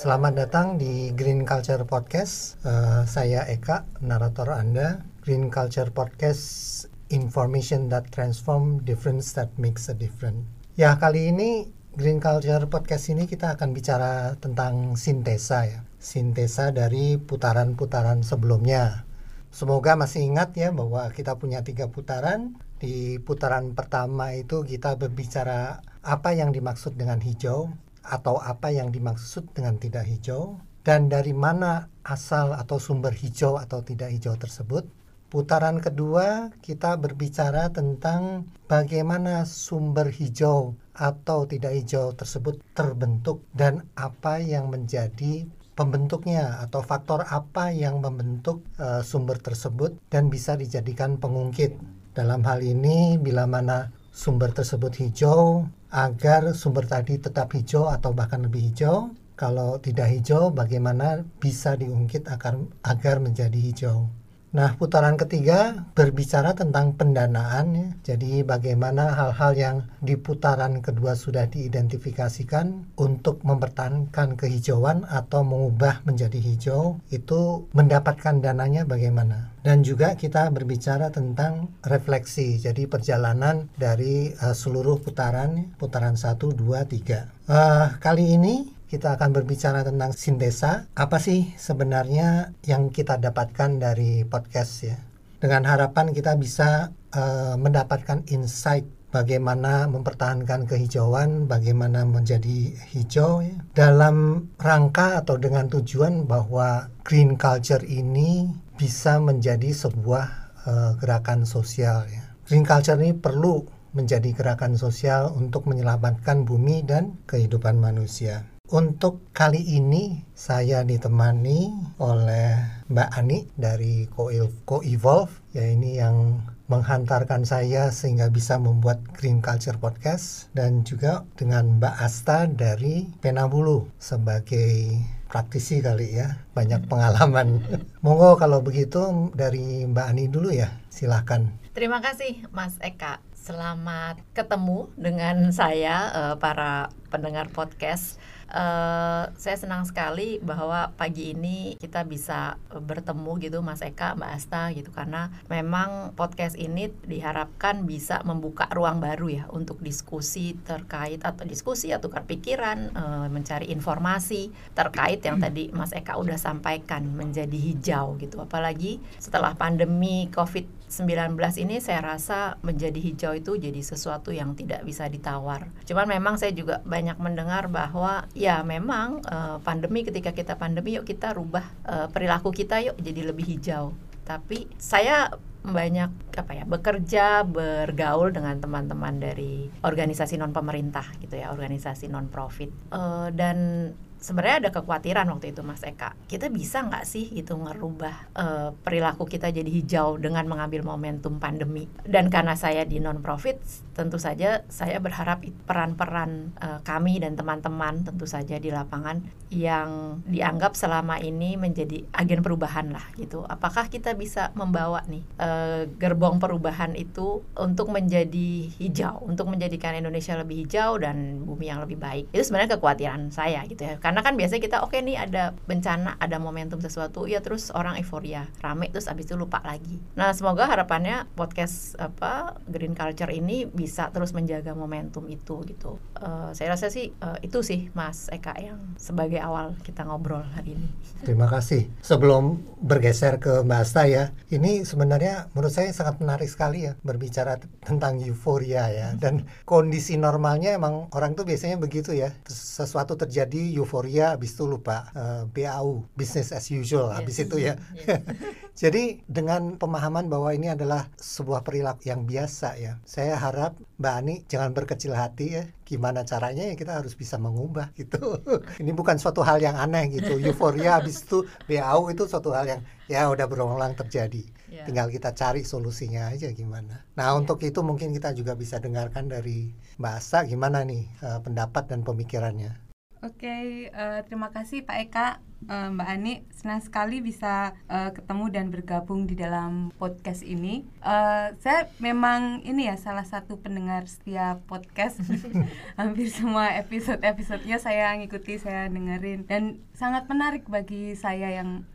Selamat datang di Green Culture Podcast. Saya Eka, narator Anda. Green Culture Podcast, information that transform, difference that makes a difference. Ya, kali ini Green Culture Podcast ini kita akan bicara tentang sintesa ya. Sintesa dari putaran-putaran sebelumnya. Semoga masih ingat ya bahwa kita punya 3 putaran. Di putaran pertama itu kita berbicara apa yang dimaksud dengan hijau, atau apa yang dimaksud dengan tidak hijau, dan dari mana asal atau sumber hijau atau tidak hijau tersebut. Putaran kedua kita berbicara tentang bagaimana sumber hijau atau tidak hijau tersebut terbentuk dan apa yang menjadi pembentuknya atau faktor apa yang membentuk sumber tersebut dan bisa dijadikan pengungkit. Dalam hal ini bila mana sumber tersebut hijau, agar sumber tadi tetap hijau atau bahkan lebih hijau. Kalau tidak hijau, bagaimana bisa diungkit agar menjadi hijau. Nah, putaran ketiga berbicara tentang pendanaan ya. Jadi bagaimana hal-hal yang di putaran kedua sudah diidentifikasikan untuk mempertahankan kehijauan atau mengubah menjadi hijau, itu mendapatkan dananya bagaimana. Dan juga kita berbicara tentang refleksi, jadi perjalanan dari seluruh putaran 1, 2, 3. Kali ini kita akan berbicara tentang sintesa. Apa sih sebenarnya yang kita dapatkan dari podcast ya? Dengan harapan kita bisa mendapatkan insight bagaimana mempertahankan kehijauan, bagaimana menjadi hijau ya, dalam rangka atau dengan tujuan bahwa green culture ini bisa menjadi sebuah gerakan sosial ya. Green culture ini perlu menjadi gerakan sosial untuk menyelamatkan bumi dan kehidupan manusia. Untuk kali ini saya ditemani oleh Mbak Ani dari Co-Evolve ya, ini yang menghantarkan saya sehingga bisa membuat Green Culture Podcast, dan juga dengan Mbak Asta dari Penabulu sebagai praktisi kali ya, banyak pengalaman. Monggo kalau begitu dari Mbak Ani dulu ya, silahkan. Terima kasih Mas Eka. Selamat ketemu dengan saya, para pendengar podcast. Saya senang sekali bahwa pagi ini kita bisa bertemu gitu Mas Eka, Mbak Asta gitu, karena memang podcast ini diharapkan bisa membuka ruang baru ya untuk diskusi terkait tukar pikiran, mencari informasi terkait yang tadi Mas Eka udah sampaikan, menjadi hijau gitu. Apalagi setelah pandemi COVID-19 ini saya rasa menjadi hijau itu jadi sesuatu yang tidak bisa ditawar. Cuman memang saya juga banyak mendengar bahwa ya memang ketika kita pandemi, yuk kita rubah perilaku kita, yuk jadi lebih hijau. Tapi saya banyak bekerja, bergaul dengan teman-teman dari organisasi non pemerintah gitu ya, organisasi non profit, dan sebenarnya ada kekhawatiran waktu itu Mas Eka, kita bisa nggak sih gitu ngerubah perilaku kita jadi hijau dengan mengambil momentum pandemi. Dan karena saya di non-profit, tentu saja saya berharap peran-peran kami dan teman-teman tentu saja di lapangan yang dianggap selama ini menjadi agen perubahan lah gitu. Apakah kita bisa membawa nih gerbong perubahan itu untuk menjadi hijau, untuk menjadikan Indonesia lebih hijau dan bumi yang lebih baik. Itu sebenarnya kekhawatiran saya gitu ya. Karena kan biasanya kita oke nih ada bencana, ada momentum sesuatu, ya terus orang euforia, rame, terus abis itu lupa lagi. Nah, semoga harapannya podcast Green Culture ini bisa terus menjaga momentum itu gitu. Saya rasa sih itu sih Mas Eka yang sebagai awal kita ngobrol hari ini. Terima kasih. Sebelum bergeser ke Mbak Asta ya, ini sebenarnya menurut saya sangat menarik sekali ya berbicara tentang euforia ya. Dan kondisi normalnya emang orang tuh biasanya begitu ya. Sesuatu terjadi euforia, habis itu lupa, BAU, business as usual, habis itu ya. Jadi dengan pemahaman bahwa ini adalah sebuah perilaku yang biasa ya, saya harap Mbak Ani jangan berkecil hati ya. Gimana caranya ya kita harus bisa mengubah gitu. Ini bukan suatu hal yang aneh gitu. Euforia habis itu BAU itu suatu hal yang ya udah berulang terjadi. Tinggal kita cari solusinya aja gimana. Nah, untuk itu mungkin kita juga bisa dengarkan dari Mbak Asta gimana nih pendapat dan pemikirannya. Oke, terima kasih Pak Eka. Mbak Ani, senang sekali bisa ketemu dan bergabung di dalam podcast ini. Saya memang ini ya salah satu pendengar setia podcast. Hampir semua episode-episodenya saya ngikuti, saya dengerin, dan sangat menarik bagi saya yang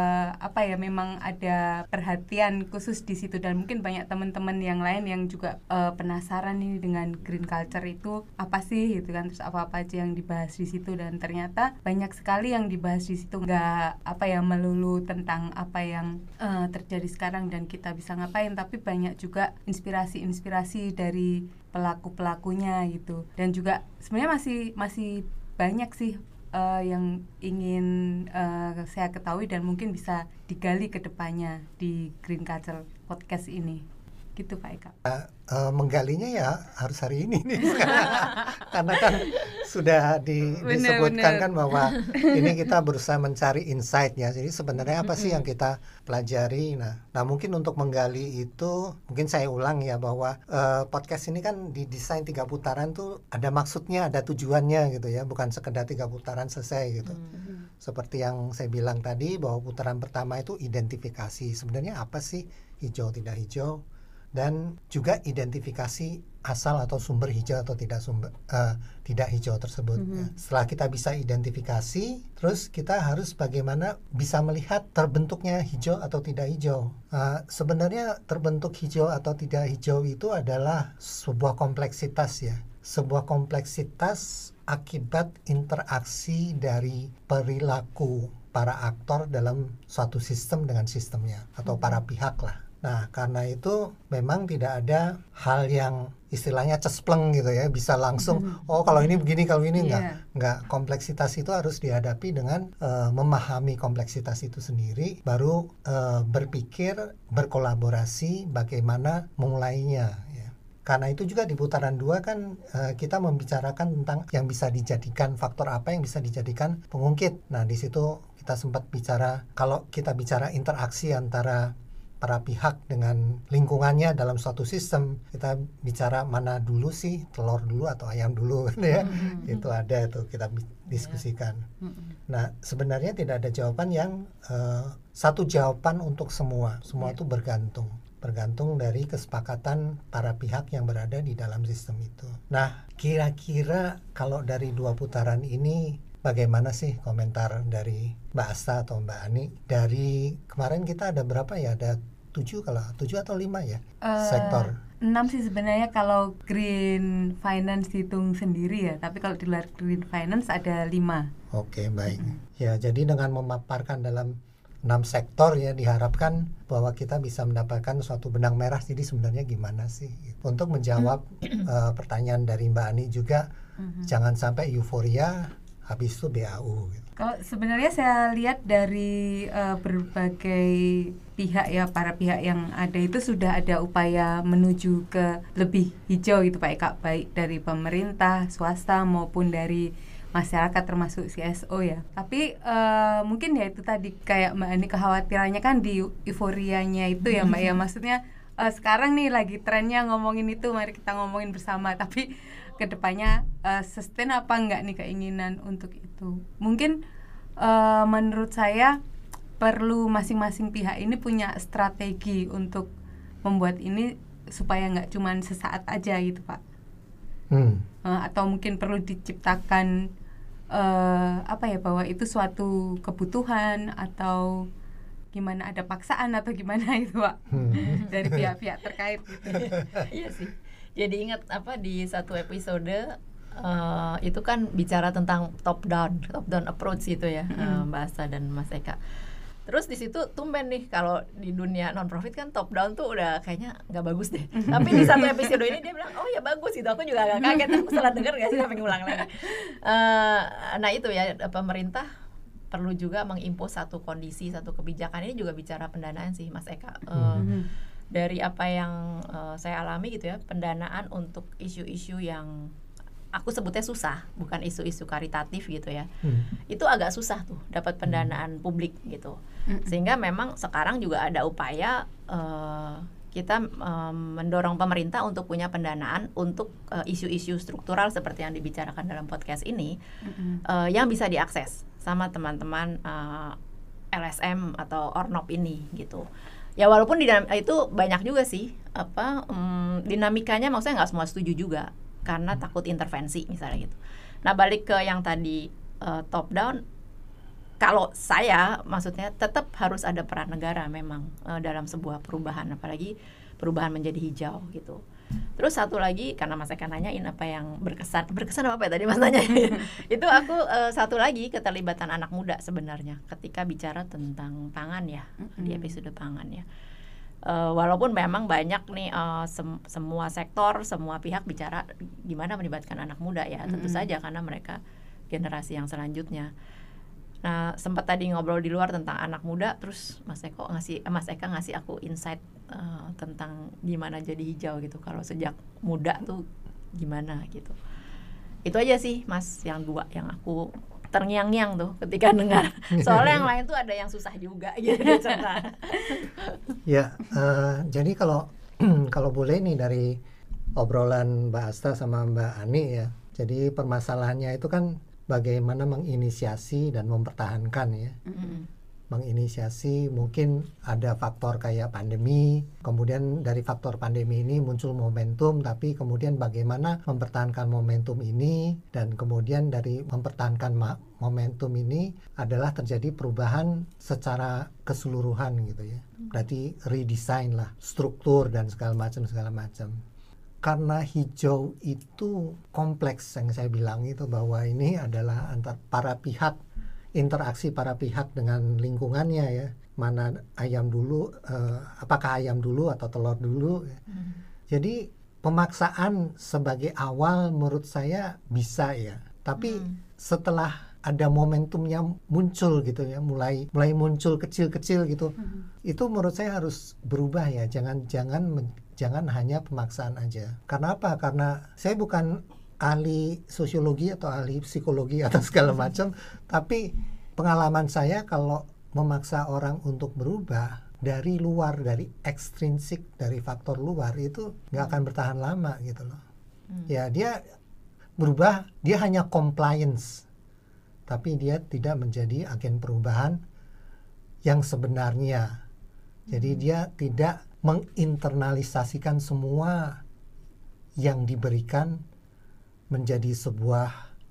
memang ada perhatian khusus di situ, dan mungkin banyak teman-teman yang lain yang juga penasaran ini dengan green culture itu apa sih gitu kan, terus apa-apa aja yang dibahas di situ, dan ternyata banyak sekali yang dibahas di situ, nggak melulu tentang apa yang terjadi sekarang dan kita bisa ngapain, tapi banyak juga inspirasi dari pelaku-pelakunya gitu, dan juga sebenarnya masih banyak sih yang ingin saya ketahui dan mungkin bisa digali ke depannya di Green Culture Podcast ini. Gitu Pak Eka. Menggalinya ya harus hari ini nih. Karena kan sudah disebutkan kan bahwa ini kita berusaha mencari insight-nya. Jadi sebenarnya apa sih yang kita pelajari? Nah mungkin untuk menggali itu, mungkin saya ulang ya bahwa podcast ini kan didesain 3 putaran tuh ada maksudnya, ada tujuannya gitu ya, bukan sekedar 3 putaran selesai gitu. Seperti yang saya bilang tadi bahwa putaran pertama itu identifikasi, sebenarnya apa sih hijau tidak hijau, dan juga identifikasi asal atau sumber hijau atau tidak hijau tersebut. Setelah kita bisa identifikasi, terus kita harus bagaimana bisa melihat terbentuknya hijau atau tidak hijau. Sebenarnya terbentuk hijau atau tidak hijau itu adalah sebuah kompleksitas ya, sebuah kompleksitas akibat interaksi dari perilaku para aktor dalam suatu sistem dengan sistemnya atau para pihak lah. Nah, karena itu memang tidak ada hal yang istilahnya cespleng gitu ya, bisa langsung kalau ini begini, kalau ini enggak. Kompleksitas itu harus dihadapi dengan memahami kompleksitas itu sendiri, baru berpikir, berkolaborasi bagaimana memulainya ya. Karena itu juga di putaran 2 kan kita membicarakan tentang yang bisa dijadikan, faktor apa yang bisa dijadikan pengungkit. Nah, di situ kita sempat bicara, kalau kita bicara interaksi antara para pihak dengan lingkungannya dalam suatu sistem, kita bicara mana dulu sih, telur dulu atau ayam dulu kan ya. Itu ada tuh kita diskusikan. Nah, sebenarnya tidak ada jawaban yang satu jawaban untuk semua itu bergantung dari kesepakatan para pihak yang berada di dalam sistem itu. Nah, kira-kira kalau dari 2 putaran ini bagaimana sih komentar dari Mbak Asta atau Mbak Ani? Dari kemarin kita ada berapa ya? Ada 7 atau 5 ya sektor? 6 sih sebenarnya kalau Green Finance dihitung sendiri ya, tapi kalau di luar Green Finance ada 5. Oke, baik. Ya, jadi dengan memaparkan dalam 6 sektor ya, diharapkan bahwa kita bisa mendapatkan suatu benang merah. Jadi sebenarnya gimana sih? Untuk menjawab pertanyaan dari Mbak Ani juga, jangan sampai euforia habis itu BAU gitu. Kalau sebenarnya saya lihat dari berbagai pihak ya, para pihak yang ada itu sudah ada upaya menuju ke lebih hijau gitu Pak Eka, baik dari pemerintah, swasta maupun dari masyarakat termasuk CSO ya. Tapi mungkin ya itu tadi kayak Mbak Ani, kekhawatirannya kan di euforianya itu ya Mbak ya, maksudnya sekarang nih lagi trennya ngomongin itu, mari kita ngomongin bersama, tapi kedepannya sustain apa enggak nih keinginan untuk itu. Mungkin menurut saya perlu masing-masing pihak ini punya strategi untuk membuat ini supaya enggak cuma sesaat aja gitu Pak. Atau mungkin perlu diciptakan bahwa itu suatu kebutuhan atau gimana, ada paksaan atau gimana itu Pak dari pihak-pihak terkait gitu. Iya sih. Jadi ingat di satu episode itu kan bicara tentang top down approach gitu ya, Mbak Asta dan Mas Eka. Terus di situ tumben nih, kalau di dunia non profit kan top down tuh udah kayaknya nggak bagus deh. Tapi di satu episode ini dia bilang, oh ya bagus itu. Aku juga agak kaget, aku salah dengar nggak sih sampai ngulang lagi. Nah itu ya, pemerintah perlu juga mengimpos satu kondisi, satu kebijakan. Ini juga bicara pendanaan sih Mas Eka. Dari apa yang saya alami gitu ya, pendanaan untuk isu-isu yang aku sebutnya susah, bukan isu-isu karitatif gitu ya. Itu agak susah tuh dapat pendanaan publik gitu. Sehingga memang sekarang juga ada upaya kita mendorong pemerintah untuk punya pendanaan untuk isu-isu struktural seperti yang dibicarakan dalam podcast ini, yang bisa diakses sama teman-teman LSM atau Ornop ini gitu. Ya walaupun itu banyak juga sih dinamikanya, maksudnya nggak semua setuju juga karena takut intervensi misalnya gitu. Nah balik ke yang tadi top down, kalau saya maksudnya tetap harus ada peran negara memang dalam sebuah perubahan, apalagi perubahan menjadi hijau gitu. Terus satu lagi, karena Mas Eka nanyain apa yang berkesan apa ya tadi Mas nanya itu aku satu lagi keterlibatan anak muda sebenarnya ketika bicara tentang pangan ya, di episode pangan ya. Walaupun memang banyak nih semua sektor, semua pihak bicara gimana melibatkan anak muda ya, tentu saja karena mereka generasi yang selanjutnya. Nah sempat tadi ngobrol di luar tentang anak muda, terus Mas Eka ngasih aku insight tentang gimana jadi hijau gitu kalau sejak muda tuh gimana gitu. Itu aja sih Mas, yang dua yang aku terngiang-ngiang tuh ketika dengar. Soalnya yang lain tuh ada yang susah juga gitu cerita. Ya, jadi kalau boleh nih dari obrolan Mbak Asta sama Mbak Ani ya. Jadi permasalahannya itu kan bagaimana menginisiasi dan mempertahankan ya. Menginisiasi mungkin ada faktor kayak pandemi, kemudian dari faktor pandemi ini muncul momentum, tapi kemudian bagaimana mempertahankan momentum ini, dan kemudian dari mempertahankan momentum ini adalah terjadi perubahan secara keseluruhan gitu ya. Berarti redesign lah struktur dan segala macam. Karena hijau itu kompleks, yang saya bilang itu bahwa ini adalah antar para pihak, interaksi para pihak dengan lingkungannya ya. Mana ayam dulu, apakah ayam dulu atau telur dulu ya. Jadi pemaksaan sebagai awal menurut saya bisa ya. Tapi setelah ada momentumnya muncul gitu ya, mulai muncul kecil-kecil gitu. Itu menurut saya harus berubah ya. Jangan hanya pemaksaan aja. Karena apa? Karena saya bukan ahli sosiologi atau ahli psikologi atau segala macam, tapi pengalaman saya kalau memaksa orang untuk berubah dari luar, dari ekstrinsik, dari faktor luar, itu nggak akan bertahan lama gitu loh. Ya dia berubah, dia hanya compliance, tapi dia tidak menjadi agen perubahan yang sebenarnya. Jadi dia tidak menginternalisasikan semua yang diberikan menjadi sebuah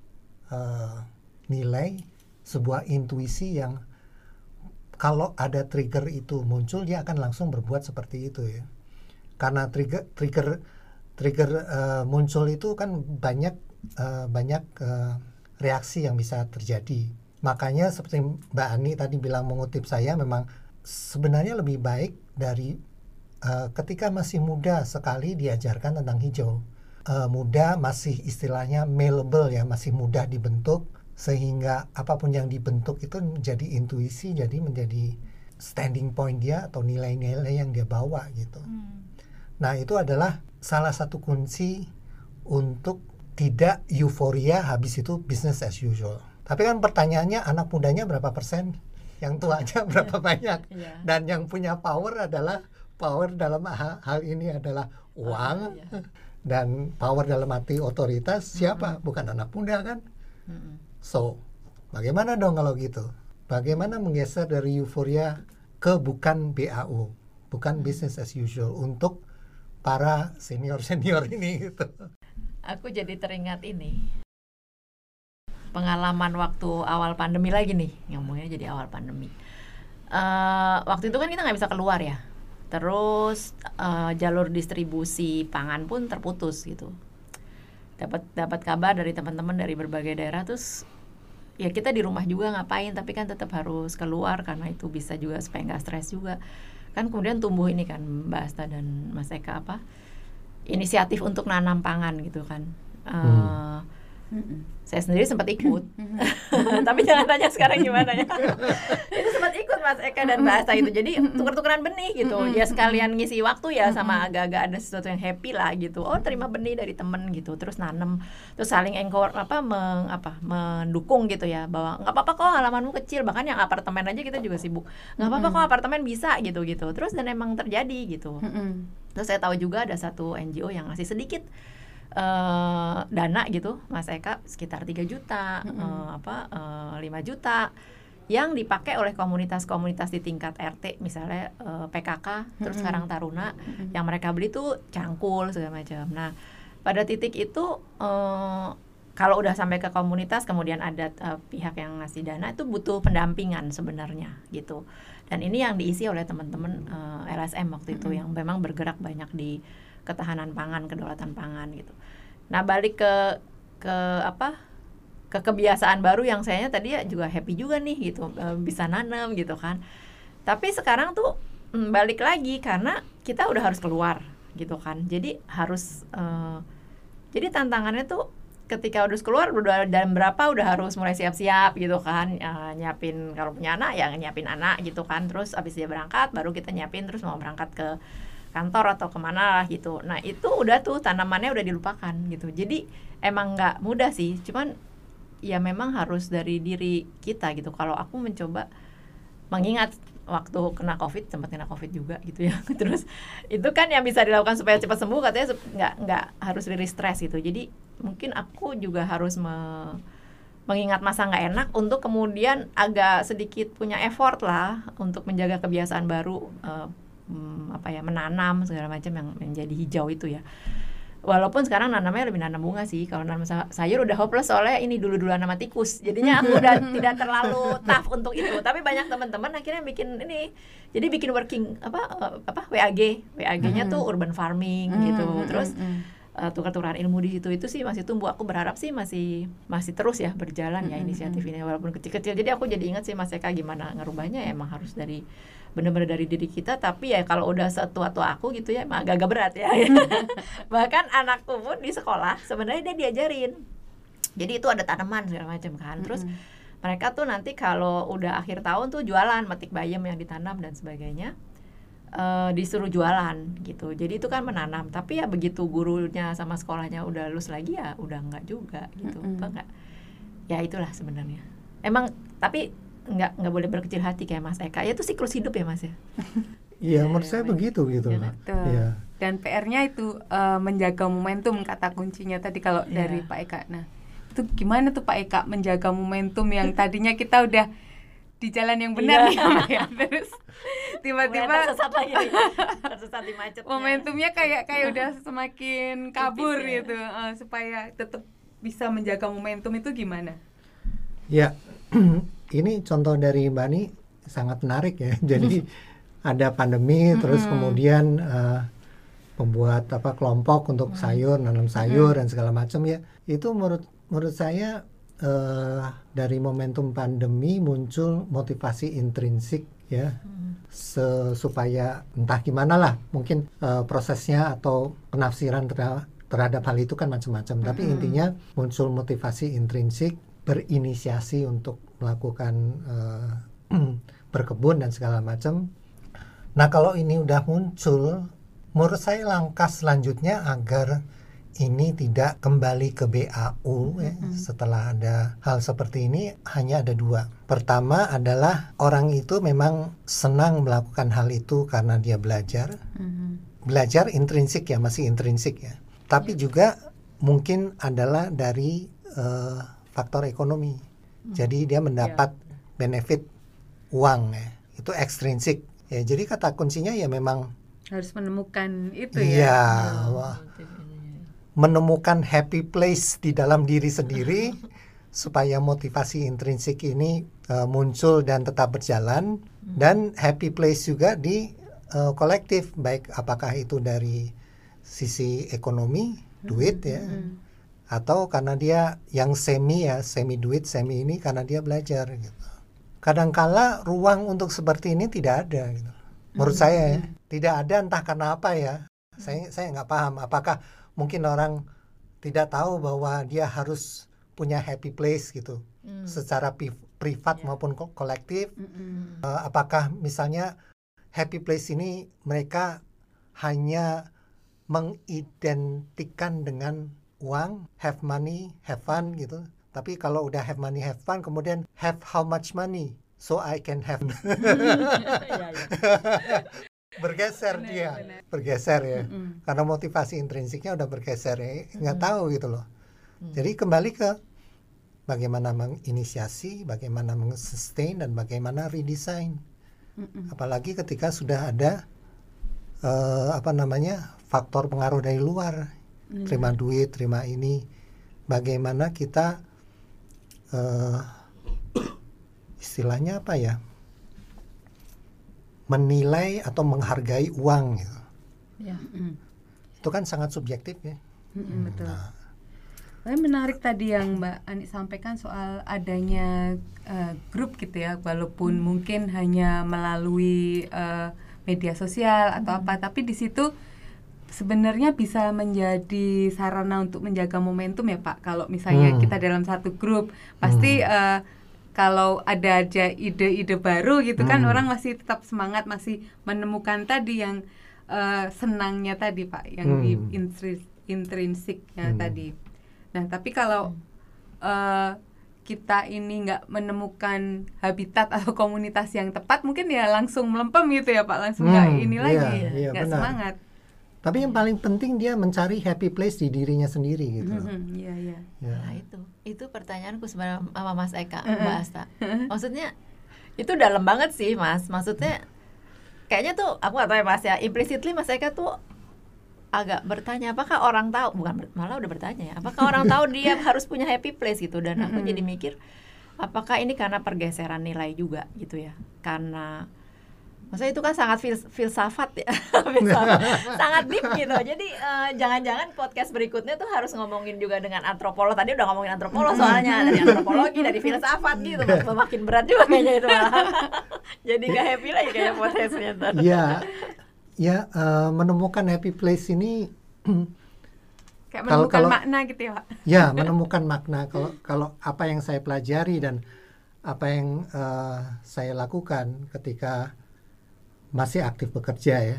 nilai, sebuah intuisi yang kalau ada trigger itu muncul, dia akan langsung berbuat seperti itu ya. Karena trigger muncul itu kan banyak reaksi yang bisa terjadi. Makanya seperti Mbak Ani tadi bilang, mengutip saya, memang sebenarnya lebih baik dari ketika masih muda sekali diajarkan tentang hijau. Muda masih istilahnya malleable ya, masih mudah dibentuk, sehingga apapun yang dibentuk itu menjadi intuisi, jadi menjadi standing point dia atau nilai-nilai yang dia bawa gitu. Nah itu adalah salah satu kunci untuk tidak euforia habis itu business as usual. Tapi kan pertanyaannya, anak mudanya berapa persen, yang tuanya berapa banyak, dan yang punya power dalam hal ini adalah uang, dan power dalam arti otoritas siapa? Bukan anak muda kan? So, bagaimana dong kalau gitu? Bagaimana menggeser dari euforia ke bukan BAU, bukan business as usual untuk para senior-senior ini gitu. Aku jadi teringat ini pengalaman waktu awal pandemi lagi nih, ngomongnya jadi awal pandemi. Waktu itu kan kita nggak bisa keluar ya, terus jalur distribusi pangan pun terputus gitu. Dapat kabar dari teman-teman dari berbagai daerah, terus ya kita di rumah juga ngapain, tapi kan tetap harus keluar karena itu bisa juga supaya nggak stres juga. Kan kemudian tumbuh ini kan Mbak Asta dan Mas Eka inisiatif untuk nanam pangan gitu kan. Saya sendiri sempat ikut, tapi jangan tanya sekarang gimana ya. Itu sempat ikut Mas Eka dan Mbak Asta itu, jadi tuker-tukeran benih gitu. Ya sekalian ngisi waktu ya, sama agak-agak ada sesuatu yang happy lah gitu. Oh terima benih dari temen gitu, terus nanem, terus saling mendukung gitu ya, bahwa nggak apa-apa kok halamanmu kecil, bahkan yang apartemen aja kita juga sibuk, nggak apa-apa kok apartemen bisa gitu. Terus dan emang terjadi gitu. Terus saya tahu juga ada satu NGO yang ngasih sedikit dana gitu Mas Eka sekitar 3 juta, 5 juta yang dipakai oleh komunitas-komunitas di tingkat RT misalnya PKK, terus Karang Taruna, yang mereka beli tuh cangkul segala macam. Nah pada titik itu kalau udah sampai ke komunitas kemudian ada pihak yang ngasih dana, itu butuh pendampingan sebenarnya gitu. Dan ini yang diisi oleh teman-teman LSM waktu itu yang memang bergerak banyak di ketahanan pangan, kedaulatan pangan gitu. Nah balik ke kebiasaan baru yang saya tadi ya juga happy juga nih gitu, bisa nanam gitu kan. Tapi sekarang tuh balik lagi karena kita udah harus keluar gitu kan. Jadi harus jadi tantangannya tuh ketika udah keluar udah dan berapa udah harus mulai siap-siap gitu kan, nyiapin kalau punya anak ya nyiapin anak gitu kan. Terus abis dia berangkat baru kita nyiapin terus mau berangkat ke kantor atau kemana lah gitu. Nah itu udah tuh tanamannya udah dilupakan gitu. Jadi emang nggak mudah sih, cuman ya memang harus dari diri kita gitu. Kalau aku mencoba mengingat waktu sempat kena COVID juga gitu ya. Terus itu kan yang bisa dilakukan supaya cepat sembuh katanya nggak harus rilis stres gitu. Jadi mungkin aku juga harus mengingat masa nggak enak untuk kemudian agak sedikit punya effort lah untuk menjaga kebiasaan baru, menanam segala macam yang menjadi hijau itu ya. Walaupun sekarang nanamnya lebih nanam bunga sih. Kalau nanam sayur udah hopeless soalnya ini dulu-duluan nama tikus. Jadinya aku udah tidak terlalu tough untuk itu. Tapi banyak teman-teman akhirnya bikin ini. Jadi bikin working WAG-nya tuh urban farming gitu. Terus tukar-tukaran ilmu di situ itu sih masih tumbuh. Aku berharap sih masih terus ya berjalan ya inisiatif ini walaupun kecil-kecil. Jadi aku jadi ingat sih Mas Eka gimana ngerubahnya, emang harus benar-benar dari diri kita. Tapi ya kalau udah setua-tua aku gitu ya emang agak berat ya. Bahkan anakku pun di sekolah sebenarnya dia diajarin. Jadi itu ada tanaman segala macam kan. Terus mereka tuh nanti kalau udah akhir tahun tuh jualan metik bayam yang ditanam dan sebagainya. Disuruh jualan gitu. Jadi itu kan menanam. Tapi ya begitu gurunya sama sekolahnya udah lulus lagi ya udah enggak juga gitu. Enggak. Ya itulah sebenarnya. Emang tapi nggak boleh berkecil hati kayak Mas Eka. Ya itu siklus hidup ya Mas ya. Iya menurut saya begitu gitu. Ya. Dan PR-nya itu menjaga momentum kata kuncinya tadi kalau dari Pak Eka. Nah itu gimana tuh Pak Eka menjaga momentum yang tadinya kita udah di jalan yang benar ya. Terus tiba-tiba tersesat di macetnya. Momentumnya kayak udah semakin kabur ya? Gitu. Supaya tetap bisa menjaga momentum itu gimana? Ya. Ini contoh dari Mbak Ani sangat menarik ya. Jadi ada pandemi, terus kemudian membuat kelompok untuk sayur, nanam sayur dan segala macam ya. Itu menurut saya dari momentum pandemi muncul motivasi intrinsik ya, supaya entah gimana lah, mungkin prosesnya atau penafsiran terhadap hal itu kan macam-macam. Tapi intinya muncul motivasi intrinsik, berinisiasi untuk melakukan berkebun dan segala macam. Nah kalau ini udah muncul, menurut saya langkah selanjutnya agar ini tidak kembali ke BAU ya, setelah ada hal seperti ini hanya ada dua. Pertama adalah orang itu memang senang melakukan hal itu karena dia belajar. Belajar intrinsik ya, masih intrinsik ya. Tapi juga mungkin adalah dari faktor ekonomi. Jadi dia mendapat benefit uang ya. Itu ekstrinsik. Ya, jadi kata kuncinya ya memang harus menemukan itu menemukan happy place di dalam diri sendiri supaya motivasi intrinsik ini muncul dan tetap berjalan, dan happy place juga di kolektif, baik apakah itu dari sisi ekonomi, duit ya, atau karena dia yang semi duit, semi ini karena dia belajar gitu. Kadangkala ruang untuk seperti ini tidak ada gitu. Menurut saya ya, tidak ada, entah karena apa ya. Saya nggak paham apakah mungkin orang tidak tahu bahwa dia harus punya happy place gitu, secara privat maupun kolektif. Apakah misalnya happy place ini mereka hanya mengidentikan dengan uang, have money, have fun gitu. Tapi kalau udah have money, have fun, kemudian have how much money so I can have. bergeser dia, bergeser ya, karena motivasi intrinsiknya udah bergeser ya, nggak tahu gitu loh. Jadi kembali ke bagaimana menginisiasi, bagaimana meng-sustain, dan bagaimana redesign. Apalagi ketika sudah ada faktor pengaruh dari luar, terima duit, terima ini, bagaimana kita istilahnya apa ya, menilai atau menghargai uang gitu. Itu kan sangat subjektif ya. Betul. Menarik tadi yang Mbak Ani sampaikan soal adanya grup gitu ya, walaupun mungkin hanya melalui media sosial atau apa, tapi di situ sebenarnya bisa menjadi sarana untuk menjaga momentum ya Pak. Kalau misalnya kita dalam satu grup, pasti kalau ada aja ide-ide baru gitu kan, orang masih tetap semangat, masih menemukan tadi yang senangnya tadi Pak, yang intrinsiknya tadi. Nah, tapi kalau kita ini nggak menemukan habitat atau komunitas yang tepat, mungkin ya langsung melempem gitu ya Pak, langsung nggak ini lagi, nggak semangat. Tapi yang paling penting dia mencari happy place di dirinya sendiri gitu. Iya. Nah itu pertanyaanku sebenarnya sama Mas Eka, Mbak Asta. Maksudnya itu dalam banget sih Mas. Maksudnya kayaknya tuh aku nggak tahu ya Mas ya, implicitly Mas Eka tuh agak bertanya apakah orang tahu, malah udah bertanya ya, apakah orang tahu dia harus punya happy place gitu. Dan aku jadi mikir apakah ini karena pergeseran nilai juga gitu ya, karena maksudnya itu kan sangat filsafat ya, sangat deep gitu. Jadi jangan-jangan podcast berikutnya tuh harus ngomongin juga dengan antropolog. Tadi udah ngomongin antropolog soalnya, dari antropologi, dari filsafat gitu, makin berat juga kayaknya itu malah. Jadi gak happy lagi kayak podcastnya tadi. Ya, menemukan happy place ini kayak menemukan makna gitu ya Pak. Ya, menemukan makna. Kalau apa yang saya pelajari dan apa yang saya lakukan ketika masih aktif bekerja ya,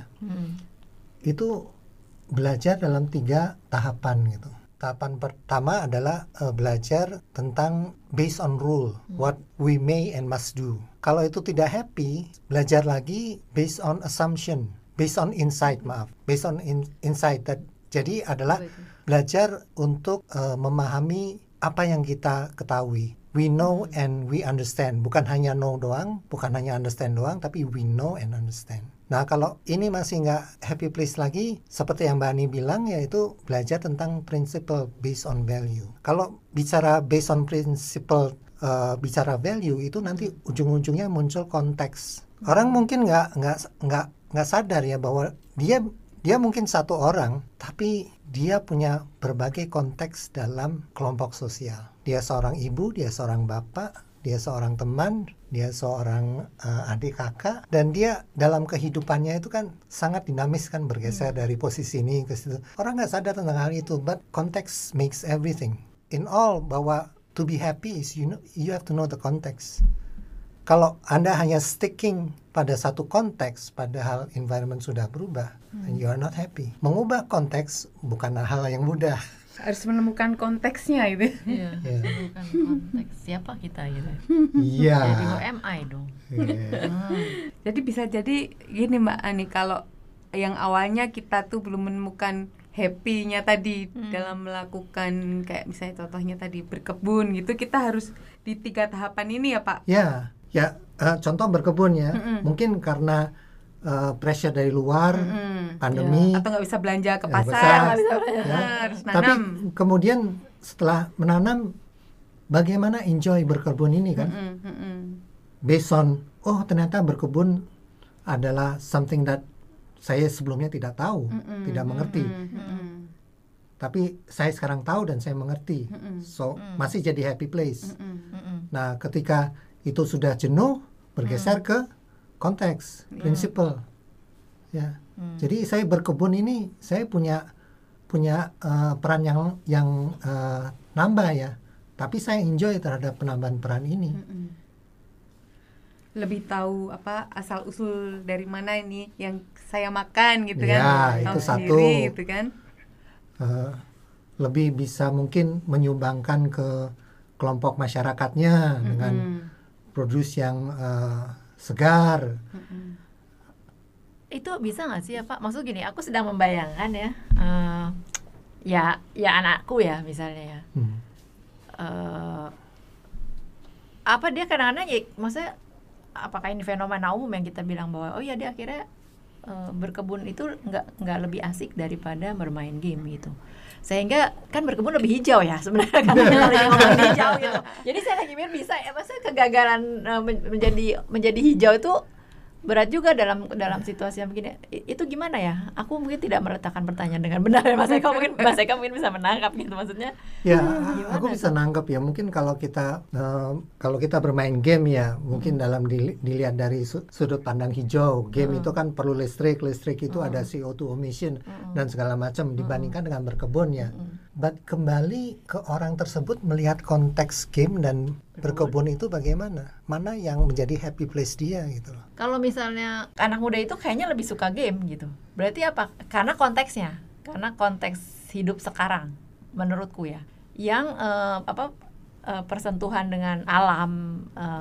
itu belajar dalam 3 tahapan gitu. Tahapan pertama adalah belajar tentang based on rule, what we may and must do. Kalau itu tidak happy, belajar lagi based on assumption, based on insight, based on insight. Jadi adalah belajar untuk memahami apa yang kita ketahui. We know and we understand. Bukan hanya know doang, bukan hanya understand doang, tapi we know and understand. Nah, kalau ini masih nggak happy place lagi, seperti yang Mbak Ani bilang, yaitu belajar tentang principle based on value. Kalau bicara based on principle, bicara value, itu nanti ujung-ujungnya muncul konteks. Orang mungkin nggak sadar ya bahwa dia mungkin satu orang, tapi dia punya berbagai konteks dalam kelompok sosial. Dia seorang ibu, dia seorang bapak, dia seorang teman, dia seorang adik kakak, dan dia dalam kehidupannya itu kan sangat dinamis kan, bergeser dari posisi ini ke situ. Orang nggak sadar tentang hal itu, but context makes everything. In all, bahwa to be happy is you have to know the context. Kalau Anda hanya sticking pada satu konteks, padahal environment sudah berubah, and you are not happy. Mengubah konteks bukan hal yang mudah. Harus menemukan konteksnya itu. Iya, menemukan konteks. Siapa kita gitu. Iya. Jadi who am I dong. Jadi bisa jadi gini Mbak Ani, kalau yang awalnya kita tuh belum menemukan happy-nya tadi dalam melakukan kayak misalnya contohnya tadi berkebun gitu, kita harus di 3 tahapan ini ya Pak. Ya, contoh berkebun ya, mungkin karena pressure dari luar, pandemi, atau nggak bisa belanja ke pasar, harus nanam. Tapi kemudian setelah menanam, bagaimana enjoy berkebun ini kan? Based on, ternyata berkebun adalah something that saya sebelumnya tidak tahu, tidak mengerti. Tapi saya sekarang tahu dan saya mengerti, so masih jadi happy place. Nah, ketika itu sudah jenuh, bergeser ke konteks, prinsipal. Ya. Jadi saya berkebun ini, saya punya peran yang nambah ya. Tapi saya enjoy terhadap penambahan peran ini. Lebih tahu apa asal usul dari mana ini yang saya makan gitu kan? Ya, itu satu. Sendiri, gitu kan? Lebih bisa mungkin menyumbangkan ke kelompok masyarakatnya dengan produce yang segar. itu bisa nggak sih ya Pak? Maksud gini, aku sedang membayangkan ya, ya anakku ya misalnya ya. Apa dia kadang-kadang ya, maksudnya apakah ini fenomena umum yang kita bilang bahwa oh ya dia akhirnya berkebun itu nggak lebih asik daripada bermain game gitu. Sehingga kan berkebun lebih hijau ya sebenarnya kalau kita lagi ngomongin hijau gitu. Jadi saya lagi mikir bisa ya, maksudnya kegagalan menjadi hijau itu berat juga dalam situasi yang begini. Itu gimana ya? Aku mungkin tidak meletakkan pertanyaan dengan benar ya Mas Eka, mungkin bisa menangkap gitu maksudnya. Ya, aku bisa nangkep ya. Mungkin kalau kita bermain game ya, mungkin dalam dilihat dari sudut pandang hijau, game itu kan perlu listrik itu ada CO2 emission dan segala macam dibandingkan dengan berkebun ya. But kembali ke orang tersebut melihat konteks game dan berkebun itu bagaimana? Mana yang menjadi happy place dia gitu loh. Kalau misalnya anak muda itu kayaknya lebih suka game gitu. Berarti apa? Karena konteksnya, karena konteks hidup sekarang menurutku ya. Yang persentuhan dengan alam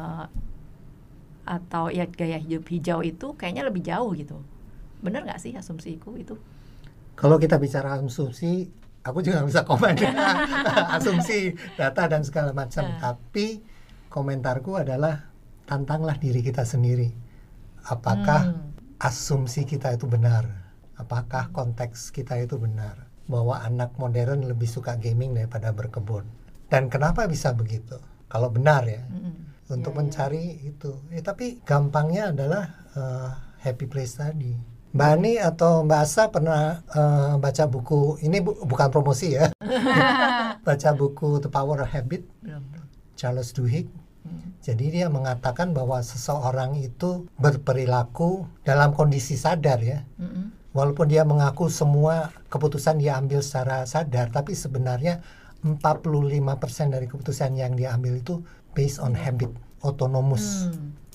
atau ya gaya hidup hijau itu kayaknya lebih jauh gitu. Bener nggak sih asumsiku itu? Kalau kita bicara asumsi, aku juga nggak bisa komen asumsi, data dan segala macam. Tapi komentarku adalah tantanglah diri kita sendiri. Apakah asumsi kita itu benar? Apakah konteks kita itu benar? Bahwa anak modern lebih suka gaming daripada berkebun. Dan kenapa bisa begitu? Kalau benar ya, untuk mencari itu. Tapi gampangnya adalah happy place tadi. Mbak Ani atau Mbak Asa pernah baca buku, ini bukan promosi ya, baca buku The Power of Habit, Charles Duhigg. Jadi dia mengatakan bahwa seseorang itu berperilaku dalam kondisi sadar ya. Walaupun dia mengaku semua keputusan dia ambil secara sadar, tapi sebenarnya 45% dari keputusan yang dia ambil itu based on habit, autonomous.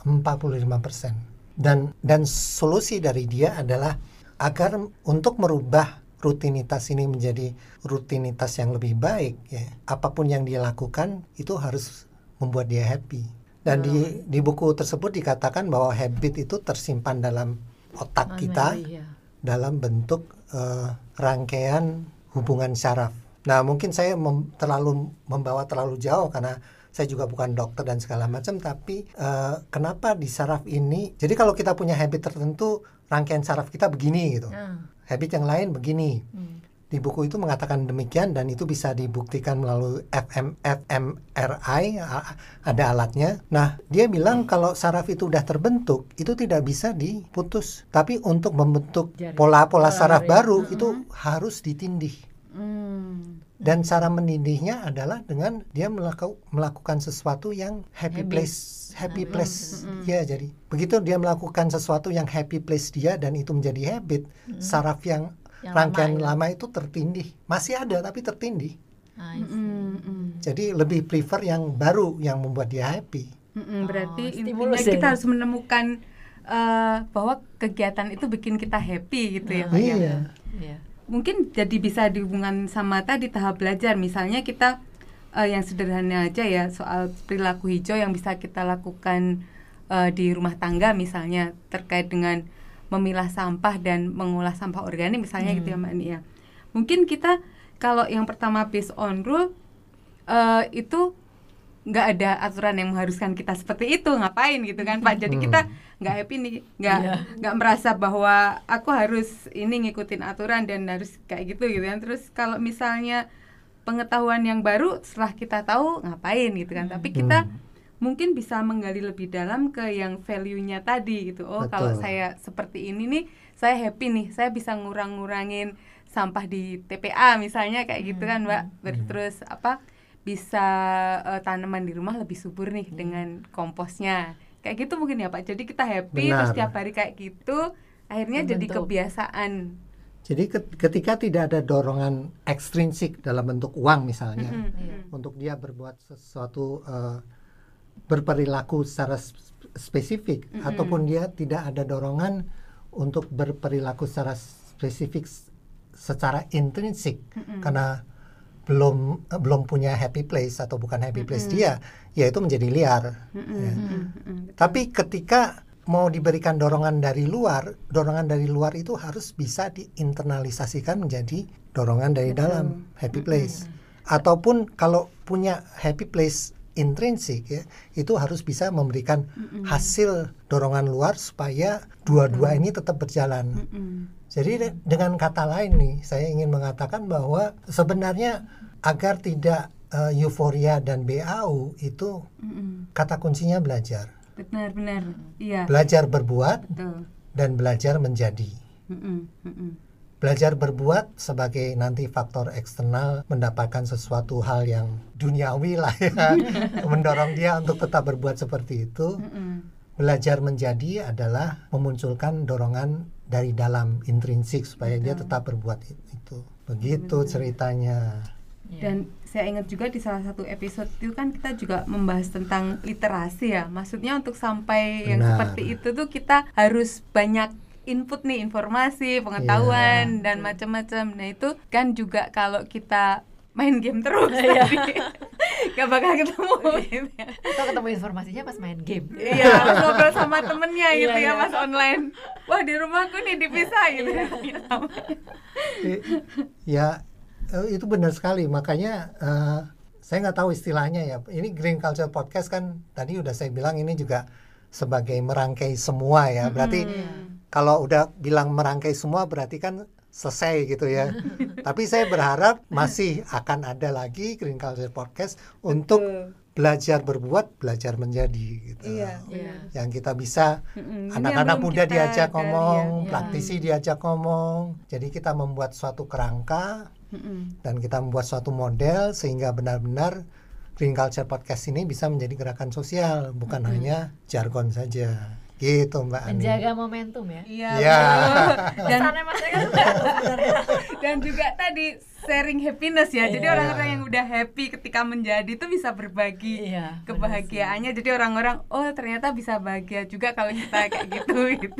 45%. Dan solusi dari dia adalah agar untuk merubah rutinitas ini menjadi rutinitas yang lebih baik ya, apapun yang dia lakukan itu harus membuat dia happy. Dan di buku tersebut dikatakan bahwa habit itu tersimpan dalam otak kita dalam bentuk rangkaian hubungan syaraf. Nah mungkin saya membawa terlalu jauh karena saya juga bukan dokter dan segala macam, tapi kenapa di saraf ini, jadi kalau kita punya habit tertentu, rangkaian saraf kita begini gitu, habit yang lain begini. Di buku itu mengatakan demikian dan itu bisa dibuktikan melalui fMRI, ada alatnya. Nah, dia bilang kalau saraf itu udah terbentuk, itu tidak bisa diputus. Tapi untuk membentuk pola-pola saraf baru, itu harus ditindih. Dan cara menindihnya adalah dengan dia melakukan sesuatu yang happy place. Ya, jadi begitu dia melakukan sesuatu yang happy place dia dan itu menjadi habit, saraf yang rangkaian lama itu tertindih. Masih ada tapi tertindih. Jadi lebih prefer yang baru yang membuat dia happy. Berarti intinya kita harus menemukan bahwa kegiatan itu bikin kita happy gitu ya Pak. Iya. Mungkin jadi bisa dihubungkan sama tadi tahap belajar. Misalnya kita yang sederhana aja ya, soal perilaku hijau yang bisa kita lakukan di rumah tangga misalnya terkait dengan memilah sampah dan mengolah sampah organik misalnya gitu ya Mbak Ani ya. Mungkin kita kalau yang pertama based on rule itu nggak ada aturan yang mengharuskan kita seperti itu, ngapain gitu kan Pak. Jadi kita nggak happy nih, nggak merasa bahwa aku harus ini ngikutin aturan dan harus kayak gitu kan. Terus kalau misalnya pengetahuan yang baru setelah kita tahu ngapain gitu kan. Tapi kita mungkin bisa menggali lebih dalam ke yang value-nya tadi gitu. Oh, kalau saya seperti ini nih, saya happy nih, saya bisa ngurangin sampah di TPA misalnya kayak gitu kan Mbak. Terus bisa tanaman di rumah lebih subur nih dengan komposnya. Kayak gitu mungkin ya Pak. Jadi kita happy terus tiap hari kayak gitu, akhirnya jadi kebiasaan. Jadi ketika tidak ada dorongan ekstrinsik dalam bentuk uang misalnya, untuk dia berbuat sesuatu, berperilaku secara spesifik, ataupun dia tidak ada dorongan untuk berperilaku secara spesifik secara intrinsik, karena belum punya happy place atau bukan happy place dia, ya itu menjadi liar. Tapi ketika mau diberikan dorongan dari luar itu harus bisa diinternalisasikan menjadi dorongan dari dalam, happy place. Ataupun kalau punya happy place intrinsik ya, itu harus bisa memberikan hasil dorongan luar supaya dua-dua ini tetap berjalan. Jadi dengan kata lain nih, saya ingin mengatakan bahwa sebenarnya agar tidak euforia dan BAU itu kata kuncinya belajar. Benar, iya. Belajar berbuat. Betul. Dan belajar menjadi. Belajar berbuat sebagai nanti faktor eksternal mendapatkan sesuatu hal yang duniawi lah ya, mendorong dia untuk tetap berbuat seperti itu. Belajar menjadi adalah memunculkan dorongan dari dalam intrinsik supaya dia tetap berbuat itu. Begitu ceritanya. Dan saya ingat juga di salah satu episode itu kan kita juga membahas tentang literasi ya. Maksudnya untuk sampai yang seperti itu tuh kita harus banyak input nih, informasi, pengetahuan dan macam-macam. Nah itu kan juga kalau kita main game terus gak bakal ketemu gitu ya. Atau ketemu informasinya pas main game. Iya, ngobrol sama temennya gitu ya pas online. Wah di rumahku nih dipisah gitu ya. Itu benar sekali, makanya saya nggak tahu istilahnya ya. Ini Green Culture Podcast kan tadi udah saya bilang ini juga sebagai merangkai semua ya. Berarti kalau udah bilang merangkai semua berarti kan selesai gitu ya. Tapi saya berharap masih akan ada lagi Green Culture Podcast untuk belajar berbuat, belajar menjadi gitu. Yang kita bisa anak-anak muda diajak ngomong, praktisi diajak ngomong. Jadi kita membuat suatu kerangka dan kita membuat suatu model sehingga benar-benar Green Culture Podcast ini bisa menjadi gerakan sosial, bukan hanya jargon saja. Gitu Mbak Ani. Menjaga momentum ya. Iya. Dan juga tadi sharing happiness ya. Jadi orang-orang yang udah happy ketika menjadi itu bisa berbagi kebahagiaannya. Jadi orang-orang oh ternyata bisa bahagia juga kalau kita kayak gitu.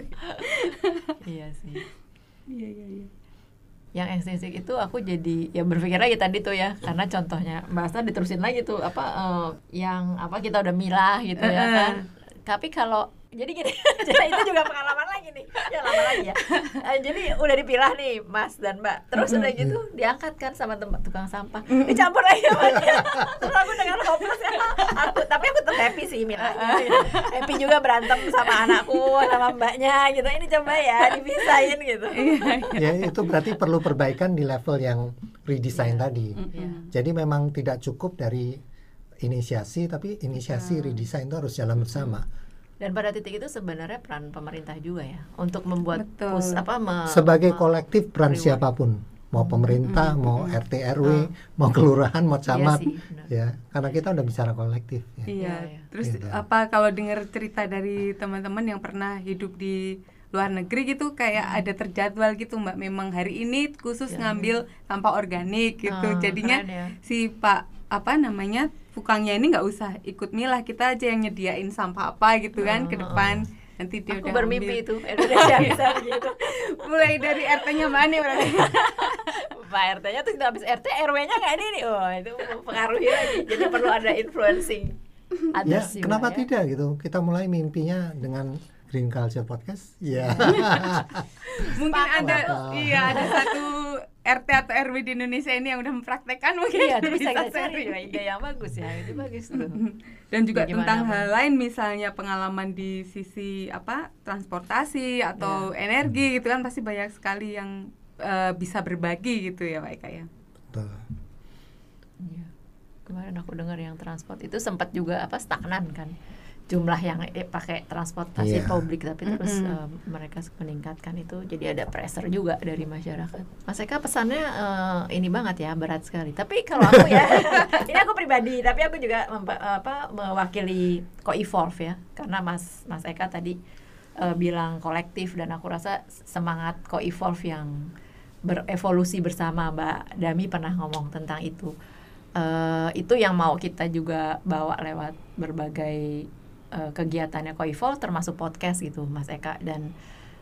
Iya sih. Iya. Yang ekstensif itu aku jadi ya berpikir lagi tadi tuh ya, karena contohnya Mbak Asta diterusin lagi tuh yang kita udah milah gitu ya kan. Tapi kalau jadi gini, jadi itu juga pengalaman lagi nih, ya lama lagi ya. Jadi udah dipilah nih Mas dan Mbak, terus udah gitu diangkat kan sama tukang sampah, dicampur lagi sama dia. Terus aku dengan hopeless ya, tapi aku tetap happy sih milahnya, happy juga berantem sama anakku, sama mbaknya gitu. Ini coba ya dipisahin gitu. Ya itu berarti perlu perbaikan di level yang redesign tadi. Jadi memang tidak cukup dari inisiasi, tapi inisiasi redesign itu harus jalan bersama. Dan pada titik itu sebenarnya peran pemerintah juga ya untuk membuat sebagai kolektif peran siapapun, mau pemerintah, mau RT RW, mau kelurahan, mau camat, ya karena kita udah bicara kolektif. Terus kalau dengar cerita dari teman-teman yang pernah hidup di luar negeri gitu kayak ada terjadwal gitu Mbak, memang hari ini khusus ngambil sampah organik gitu. Jadinya si Pak tukangnya ini nggak usah ikut milah, kita aja yang nyediain sampah apa gitu kan ke depan. Nanti dia aku udah bermimpi itu Indonesia bisa gitu. Mulai dari RT-nya Mbak Ani berarti. Pak RT-nya tuh habis RT RW-nya nggak ini nih. Oh itu mempengaruhi lagi. Jadi perlu ada influencing. Kenapa tidak gitu? Kita mulai mimpinya dengan Green Culture Podcast. Mungkin ada satu RT atau RW di Indonesia ini yang udah mempraktekkan, mungkin bisa kita cari ide yang bagus ya. Itu bagus tuh. Dan juga tentang hal lain, misalnya pengalaman di sisi transportasi atau energi gitu kan, pasti banyak sekali yang bisa berbagi gitu ya Pak Eka ya. Betul. Iya. Kemarin aku dengar yang transport itu sempat juga stagnan kan jumlah yang pakai transportasi publik, tapi terus mereka meningkatkan itu, jadi ada pressure juga dari masyarakat. Mas Eka pesannya ini banget ya, berat sekali. Tapi kalau aku ya, ini aku pribadi, tapi aku juga mewakili Co-Evolve ya, karena Mas Eka tadi bilang kolektif, dan aku rasa semangat Co-Evolve yang berevolusi bersama, Mbak Dami pernah ngomong tentang itu. Itu yang mau kita juga bawa lewat berbagai kegiatannya Co-Evolve, termasuk podcast gitu Mas Eka. Dan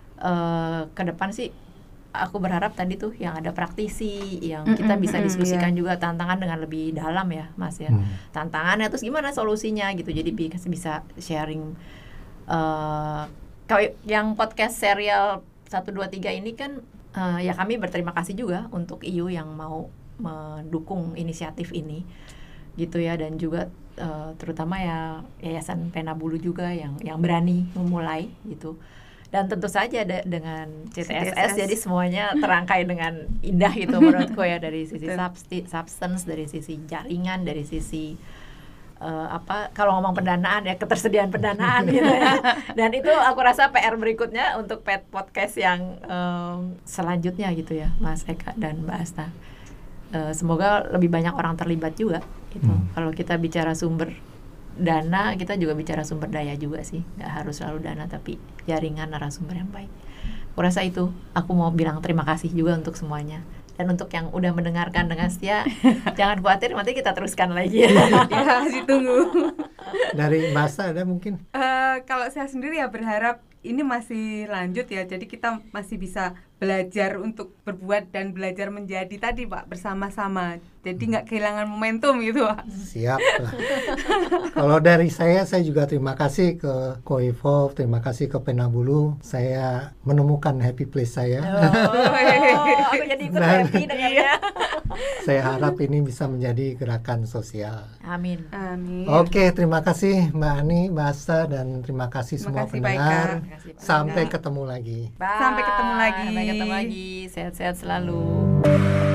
ke depan sih aku berharap tadi tuh yang ada praktisi, yang kita bisa diskusikan juga tantangan dengan lebih dalam ya Mas ya. Tantangannya terus gimana solusinya gitu, jadi bisa sharing Kalau yang podcast serial 1, 2, 3 ini kan ya kami berterima kasih juga untuk IU yang mau mendukung inisiatif ini gitu ya, dan juga terutama ya Yayasan Pena Bulu juga yang berani memulai gitu. Dan tentu saja dengan CTSS jadi semuanya terangkai dengan indah gitu menurutku ya, dari sisi substance, dari sisi jaringan, dari sisi kalau ngomong pendanaan ya ketersediaan pendanaan gitu ya. Dan itu aku rasa PR berikutnya untuk podcast yang selanjutnya gitu ya, Mas Eka dan Mbak Asta. Semoga lebih banyak orang terlibat juga gitu. Kalau kita bicara sumber dana, kita juga bicara sumber daya juga sih. Nggak harus selalu dana, tapi jaringan narasumber yang baik. Aku rasa itu, aku mau bilang terima kasih juga untuk semuanya. Dan untuk yang udah mendengarkan dengan setia, jangan khawatir, nanti kita teruskan lagi. Ya, masih tunggu. Dari Mbak Asta ada mungkin? Kalau saya sendiri ya berharap ini masih lanjut ya, jadi kita masih bisa belajar untuk berbuat dan belajar menjadi tadi Pak, bersama-sama. Jadi nggak kehilangan momentum gitu Pak. Siap lah. Kalau dari saya juga terima kasih ke Koevolve, terima kasih ke Pena Bulu. Saya menemukan happy place saya. Aku jadi ikut happy dengannya. Saya harap ini bisa menjadi gerakan sosial. Amin. Amin. Oke, terima kasih Mbak Ani, Mbak Asta, dan terima kasih semua kasih, pendengar. Pak Eka. Sampai ketemu lagi. Bye. Sampai ketemu lagi. Sampai ketemu lagi. Sehat-sehat selalu.